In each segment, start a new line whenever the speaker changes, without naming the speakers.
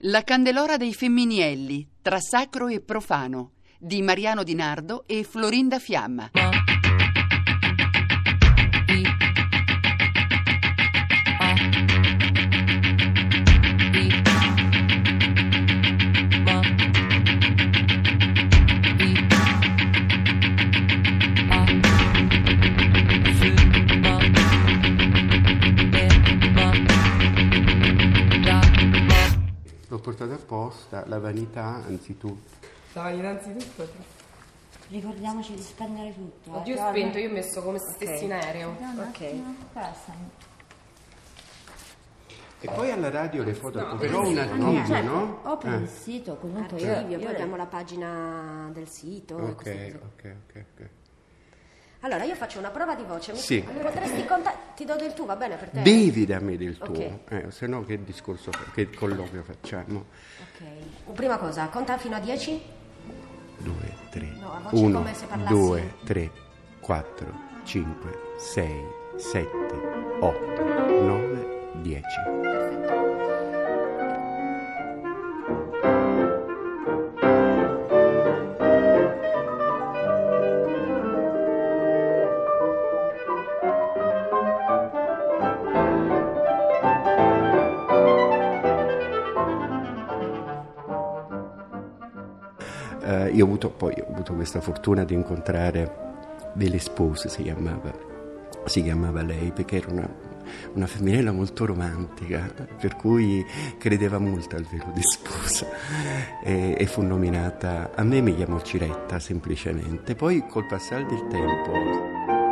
La Candelora dei Femminielli, tra sacro e profano, di Mariano Di Nardo e Florinda Fiamma.
L'ho portato apposta, la vanità anzitutto.
La vanità anzitutto?
Ricordiamoci di spegnere tutto.
Oddio, ho spento, io ho messo come se stessi in aereo.
Ok.
E poi alla radio le foto, però un attimo, no?
Opera il sito, comunque
Poi abbiamo la pagina del sito.
Ok.
Allora, io faccio una prova di voce.
Sì.
Potresti contare? Ti do del tu, va bene per te?
Devi darmi del tuo,
Ok.
se no che discorso, che colloquio facciamo?
Ok. Prima cosa, conta fino a 10?
2, 3,
No, a voce
1,
come se parlassi.
2, 3, 4, 5, 6, 7, 8, 9, 10. Io ho avuto questa fortuna di incontrare Vele Spose, si chiamava lei, perché era una femminella molto romantica, per cui credeva molto al velo di sposa e fu nominata. A me mi chiamò Ciretta semplicemente, poi col passare del tempo.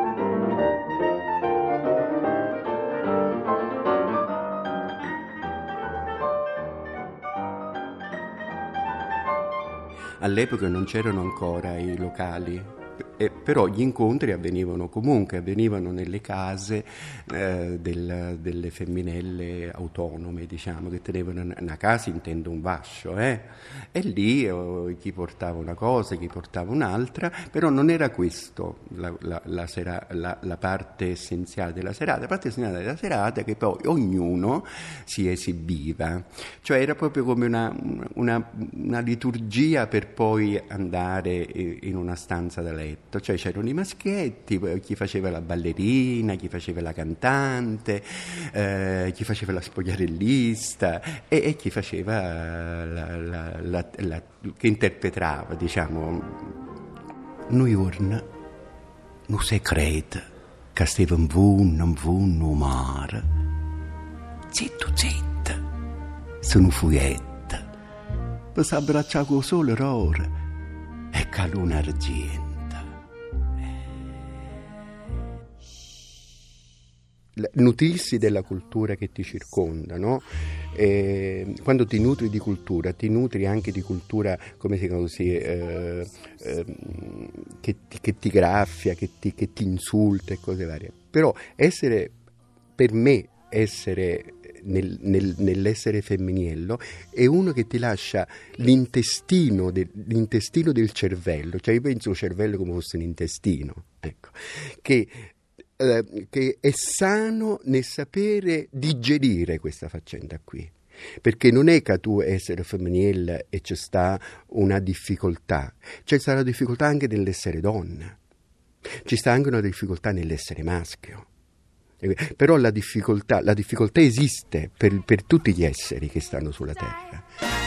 All'epoca non c'erano ancora i locali, però gli incontri avvenivano nelle case delle femminelle autonome, diciamo, che tenevano una casa, intendo un vascio, e lì chi portava una cosa, chi portava un'altra, però non era questo la parte essenziale della serata. La parte essenziale della serata è che poi ognuno si esibiva, cioè era proprio come una liturgia per poi andare in una stanza da letto, cioè c'erano i maschietti, chi faceva la ballerina, chi faceva la cantante, chi faceva la spogliarellista e chi faceva che interpretava, diciamo. Noi ora non secreto che stavamo un mare, zitto, sono fuietta, per s'abbracciare con sole ore e con la luna argenta. Nutrirsi della cultura che ti circonda, no? Quando ti nutri di cultura, ti nutri anche di cultura, come si chiama così, che ti graffia, che ti insulta e cose varie. Però per me essere nell'essere femminillo è uno che ti lascia l'intestino del cervello, cioè io penso al cervello come fosse un intestino, ecco, che è sano nel sapere digerire questa faccenda qui, perché non è che tu essere femminile e c'è sta una difficoltà, c'è sta la difficoltà anche nell'essere donna, ci sta anche una difficoltà nell'essere maschio, però la difficoltà esiste per tutti gli esseri che stanno sulla terra.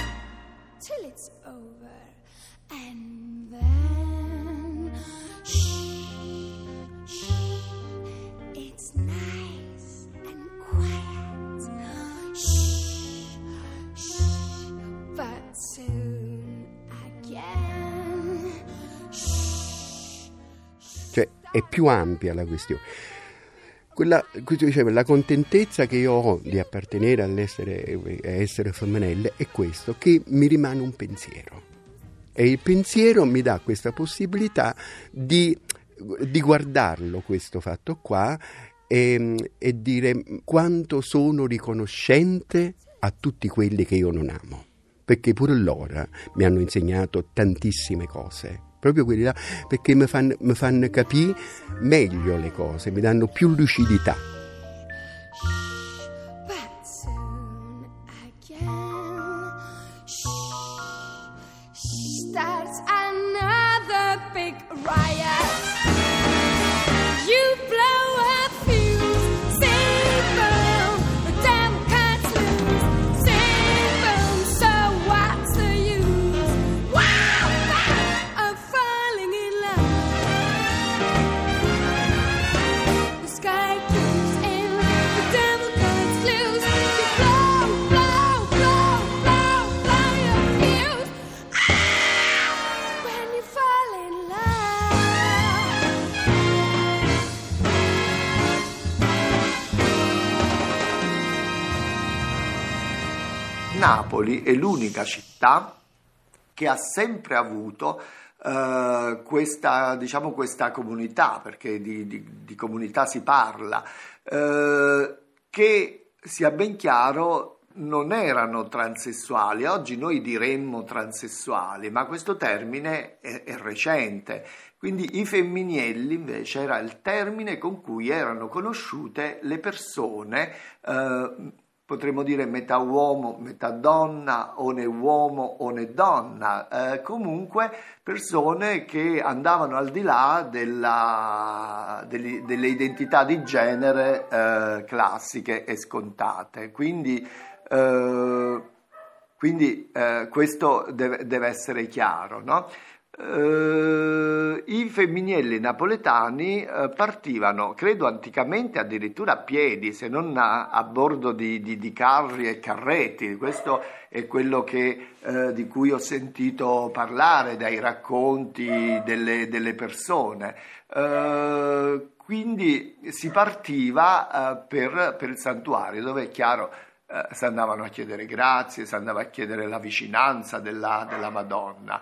Cioè è più ampia la questione. La contentezza che io ho di appartenere a essere femminile è questo, che mi rimane un pensiero. E il pensiero mi dà questa possibilità di guardarlo, questo fatto qua, e dire quanto sono riconoscente a tutti quelli che io non amo. Perché pure loro mi hanno insegnato tantissime cose. Proprio quelli là, perché mi fanno capire meglio le cose, mi danno più lucidità.
Napoli è l'unica città che ha sempre avuto questa comunità, perché di comunità si parla, che sia ben chiaro non erano transessuali. Oggi noi diremmo transessuali, ma questo termine è recente. Quindi i Femminielli invece era il termine con cui erano conosciute le persone, potremmo dire metà uomo, metà donna, o né uomo o né donna, comunque persone che andavano al di là delle identità di genere classiche e scontate. Quindi questo deve essere chiaro, no? I Femminielli napoletani partivano, credo anticamente, addirittura a piedi, se non a bordo di carri e carretti. Questo è quello di cui ho sentito parlare dai racconti delle persone. Quindi si partiva per il santuario, dove è chiaro si andavano a chiedere grazie, si andava a chiedere la vicinanza della Madonna.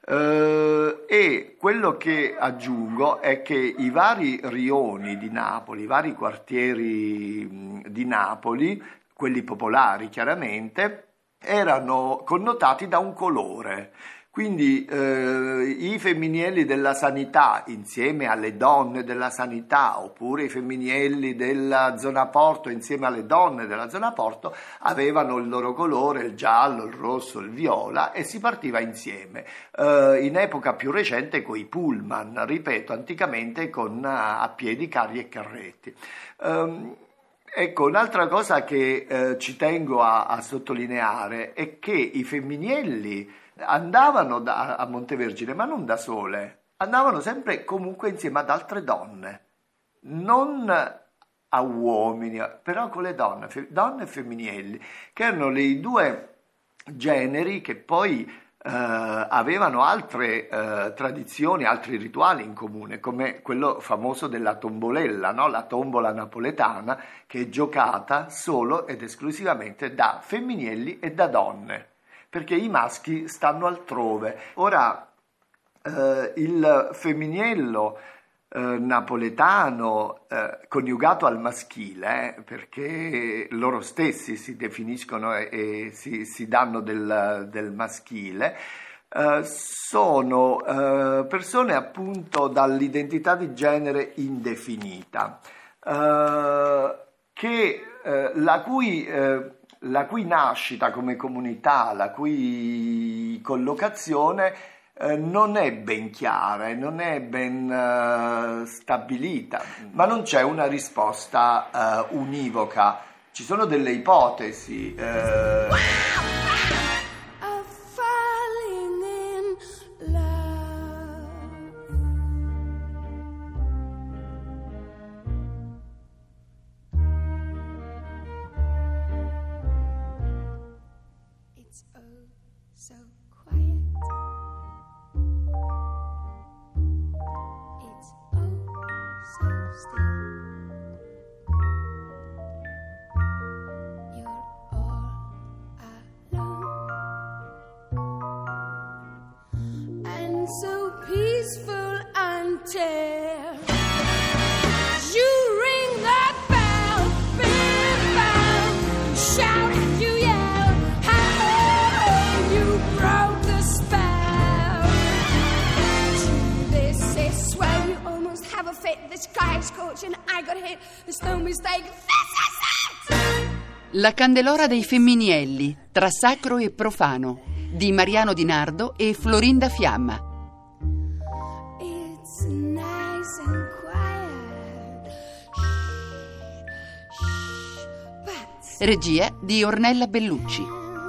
E quello che aggiungo è che i vari rioni di Napoli, i vari quartieri di Napoli, quelli popolari chiaramente, erano connotati da un colore. Quindi i Femminielli della Sanità insieme alle donne della Sanità, oppure i Femminielli della zona Porto insieme alle donne della zona Porto, avevano il loro colore, il giallo, il rosso, il viola, e si partiva insieme. In epoca più recente coi pullman, ripeto, anticamente a piedi, carri e carretti. Ecco, un'altra cosa che ci tengo a sottolineare è che i Femminielli andavano a Montevergine, ma non da sole, andavano sempre comunque insieme ad altre donne, non a uomini, però con le donne e Femminielli, che erano i due generi che poi avevano altre tradizioni, altri rituali in comune, come quello famoso della tombolella, no? La tombola napoletana, che è giocata solo ed esclusivamente da Femminielli e da donne, perché i maschi stanno altrove. Ora, il Femminiello napoletano coniugato al maschile, perché loro stessi si definiscono e si danno del maschile, sono persone appunto dall'identità di genere indefinita, la cui nascita come comunità, la cui collocazione non è ben chiara, non è ben stabilita, ma non c'è una risposta univoca. Ci sono delle ipotesi.
So quiet. It's oh so still. You're all alone and so peaceful until you ring that bell, big bell, shout, you yell, hello, you broke the spell. This is swell, you almost have a fit. The sky is scorching, I got hit. There's no mistake. This is it!
La candelora dei Femminielli, tra sacro e profano, di Mariano Di Nardo e Florinda Fiamma.
It's nice and quiet. Shh, shh, but
Regia di Ornella Bellucci.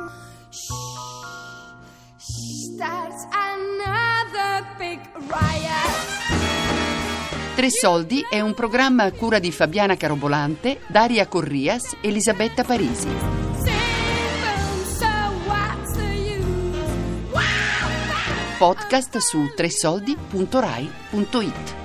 starts another big riot.
Tre Soldi è un programma a cura di Fabiana Carobolante, Daria Corrias, Elisabetta Parisi.
Boom, so what's the use? Wow,
Podcast su tresoldi.rai.it.